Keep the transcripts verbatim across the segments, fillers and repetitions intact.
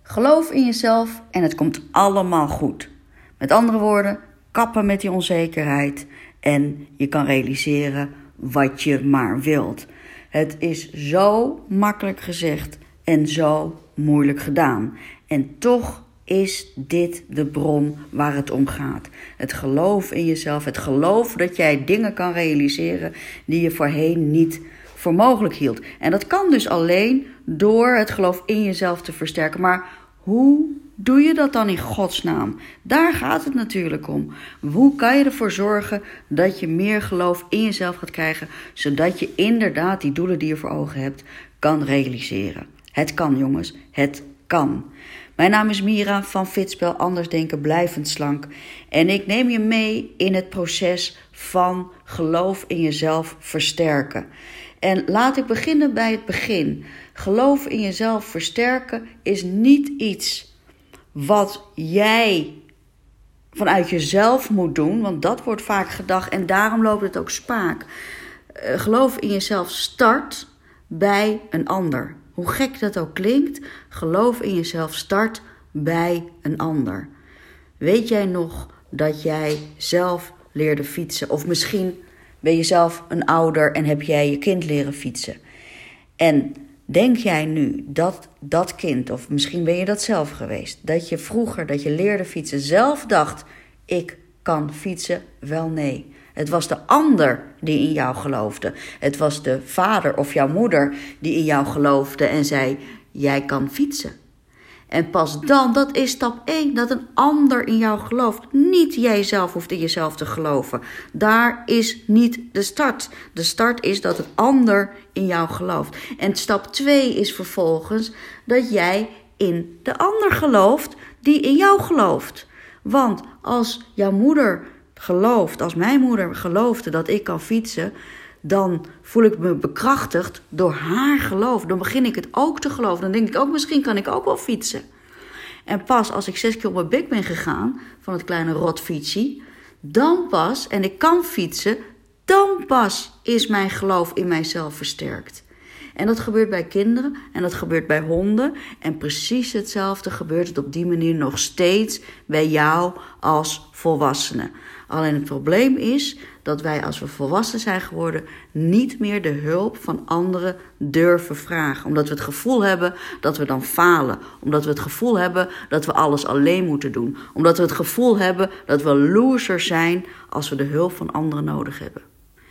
Geloof in jezelf en het komt allemaal goed. Met andere woorden, kappen met die onzekerheid en je kan realiseren wat je maar wilt. Het is zo makkelijk gezegd en zo moeilijk gedaan. En toch is dit de bron waar het om gaat. Het geloof in jezelf, het geloof dat jij dingen kan realiseren die je voorheen niet voor mogelijk hield. En dat kan dus alleen door het geloof in jezelf te versterken. Maar hoe doe je dat dan in godsnaam? Daar gaat het natuurlijk om. Hoe kan je ervoor zorgen dat je meer geloof in jezelf gaat krijgen, zodat je inderdaad die doelen die je voor ogen hebt kan realiseren? Het kan, jongens, het kan. Mijn naam is Mira van Fitspel Anders Denken Blijvend Slank. En ik neem je mee in het proces van geloof in jezelf versterken. En laat ik beginnen bij het begin. Geloof in jezelf versterken is niet iets wat jij vanuit jezelf moet doen. Want dat wordt vaak gedacht en daarom loopt het ook spaak. Uh, geloof in jezelf start bij een ander. Hoe gek dat ook klinkt, geloof in jezelf start bij een ander. Weet jij nog dat jij zelf leerde fietsen? Of misschien ben je zelf een ouder en heb jij je kind leren fietsen. En denk jij nu dat dat kind, of misschien ben je dat zelf geweest, dat je vroeger, dat je leerde fietsen, zelf dacht, ik kan fietsen? Wel nee. Het was de ander die in jou geloofde. Het was de vader of jouw moeder die in jou geloofde en zei, jij kan fietsen. En pas dan, dat is stap één, dat een ander in jou gelooft. Niet jijzelf hoeft in jezelf te geloven. Daar is niet de start. De start is dat een ander in jou gelooft. En stap twee is vervolgens dat jij in de ander gelooft die in jou gelooft. Want als jouw moeder gelooft, als mijn moeder geloofde dat ik kan fietsen, dan voel ik me bekrachtigd door haar geloof. Dan begin ik het ook te geloven. Dan denk ik ook, misschien kan ik ook wel fietsen. En pas als ik zes keer op mijn bek ben gegaan van het kleine rotfietsie, dan pas, en ik kan fietsen, dan pas is mijn geloof in mijzelf versterkt. En dat gebeurt bij kinderen en dat gebeurt bij honden. En precies hetzelfde gebeurt het op die manier nog steeds bij jou als volwassene. Alleen het probleem is dat wij als we volwassen zijn geworden niet meer de hulp van anderen durven vragen. Omdat we het gevoel hebben dat we dan falen. Omdat we het gevoel hebben dat we alles alleen moeten doen. Omdat we het gevoel hebben dat we losers zijn als we de hulp van anderen nodig hebben.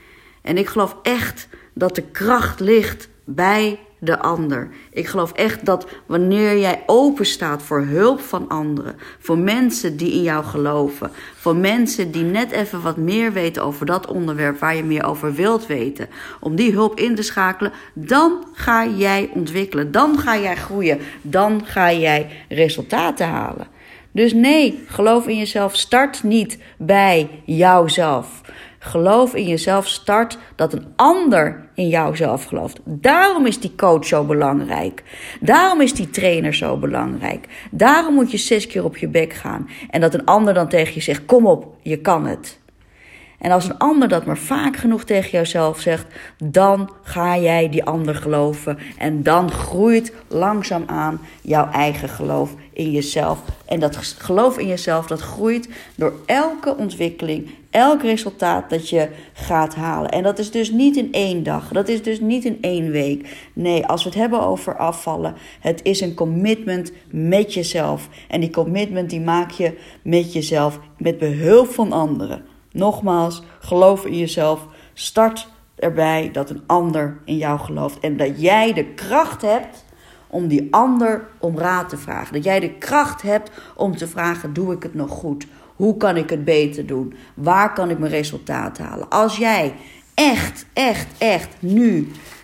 En ik geloof echt dat de kracht ligt bij de ander. Ik geloof echt dat wanneer jij open staat voor hulp van anderen, voor mensen die in jou geloven, voor mensen die net even wat meer weten over dat onderwerp waar je meer over wilt weten, om die hulp in te schakelen, dan ga jij ontwikkelen, dan ga jij groeien, dan ga jij resultaten halen. Dus nee, geloof in jezelf start niet bij jouzelf. Geloof in jezelf start dat een ander in jouzelf gelooft. Daarom is die coach zo belangrijk. Daarom is die trainer zo belangrijk. Daarom moet je zes keer op je bek gaan. En dat een ander dan tegen je zegt, kom op, je kan het. En als een ander dat maar vaak genoeg tegen jouzelf zegt, dan ga jij die ander geloven. En dan groeit langzaamaan jouw eigen geloof in jezelf. En dat geloof in jezelf, dat groeit door elke ontwikkeling, elk resultaat dat je gaat halen. En dat is dus niet in één dag, dat is dus niet in één week. Nee, als we het hebben over afvallen, het is een commitment met jezelf. En die commitment die maak je met jezelf, met behulp van anderen. Nogmaals, geloof in jezelf. Start erbij dat een ander in jou gelooft. En dat jij de kracht hebt om die ander om raad te vragen. Dat jij de kracht hebt om te vragen, doe ik het nog goed? Hoe kan ik het beter doen? Waar kan ik mijn resultaten halen? Als jij echt, echt, echt nu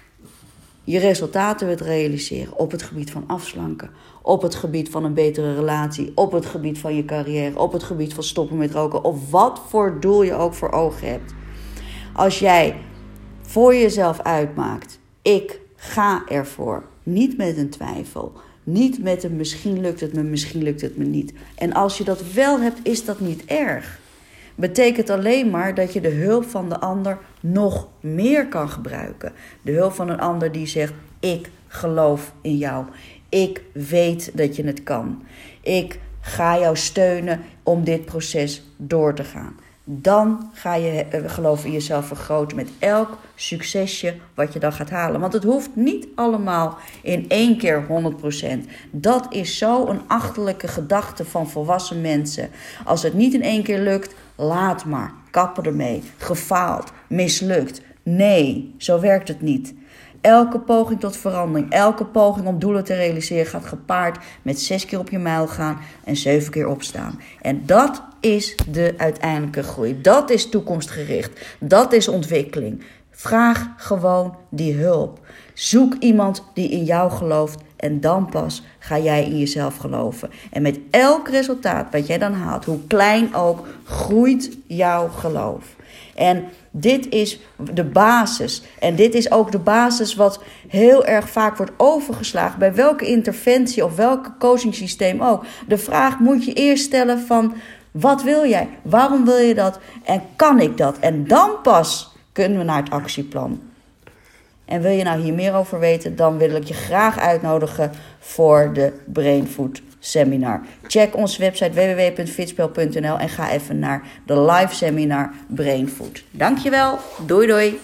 je resultaten wilt realiseren op het gebied van afslanken, op het gebied van een betere relatie, op het gebied van je carrière, op het gebied van stoppen met roken, of wat voor doel je ook voor ogen hebt. Als jij voor jezelf uitmaakt, ik ga ervoor, niet met een twijfel, niet met een misschien lukt het me, misschien lukt het me niet. En als je dat wel hebt, is dat niet erg. Betekent alleen maar dat je de hulp van de ander nog meer kan gebruiken. De hulp van een ander die zegt, ik geloof in jou. Ik weet dat je het kan. Ik ga jou steunen om dit proces door te gaan. Dan ga je geloof in jezelf vergroten met elk succesje wat je dan gaat halen. Want het hoeft niet allemaal in één keer honderd procent. Dat is zo'n achterlijke gedachte van volwassen mensen. Als het niet in één keer lukt, laat maar. Kappen ermee. Gefaald. Mislukt. Nee, zo werkt het niet. Elke poging tot verandering, elke poging om doelen te realiseren gaat gepaard met zes keer op je mijl gaan en zeven keer opstaan. En dat is de uiteindelijke groei. Dat is toekomstgericht. Dat is ontwikkeling. Vraag gewoon die hulp. Zoek iemand die in jou gelooft en dan pas ga jij in jezelf geloven. En met elk resultaat wat jij dan haalt, hoe klein ook, groeit jouw geloof. En dit is de basis. En dit is ook de basis wat heel erg vaak wordt overgeslagen. Bij welke interventie of welke coachingsysteem ook. De vraag moet je eerst stellen van, wat wil jij? Waarom wil je dat? En kan ik dat? En dan pas kunnen we naar het actieplan. En wil je nou hier meer over weten, dan wil ik je graag uitnodigen voor de Brain Food Seminar. Check onze website w w w punt fitspel punt n l en ga even naar de live seminar Brain Food. Dankjewel. Doei doei.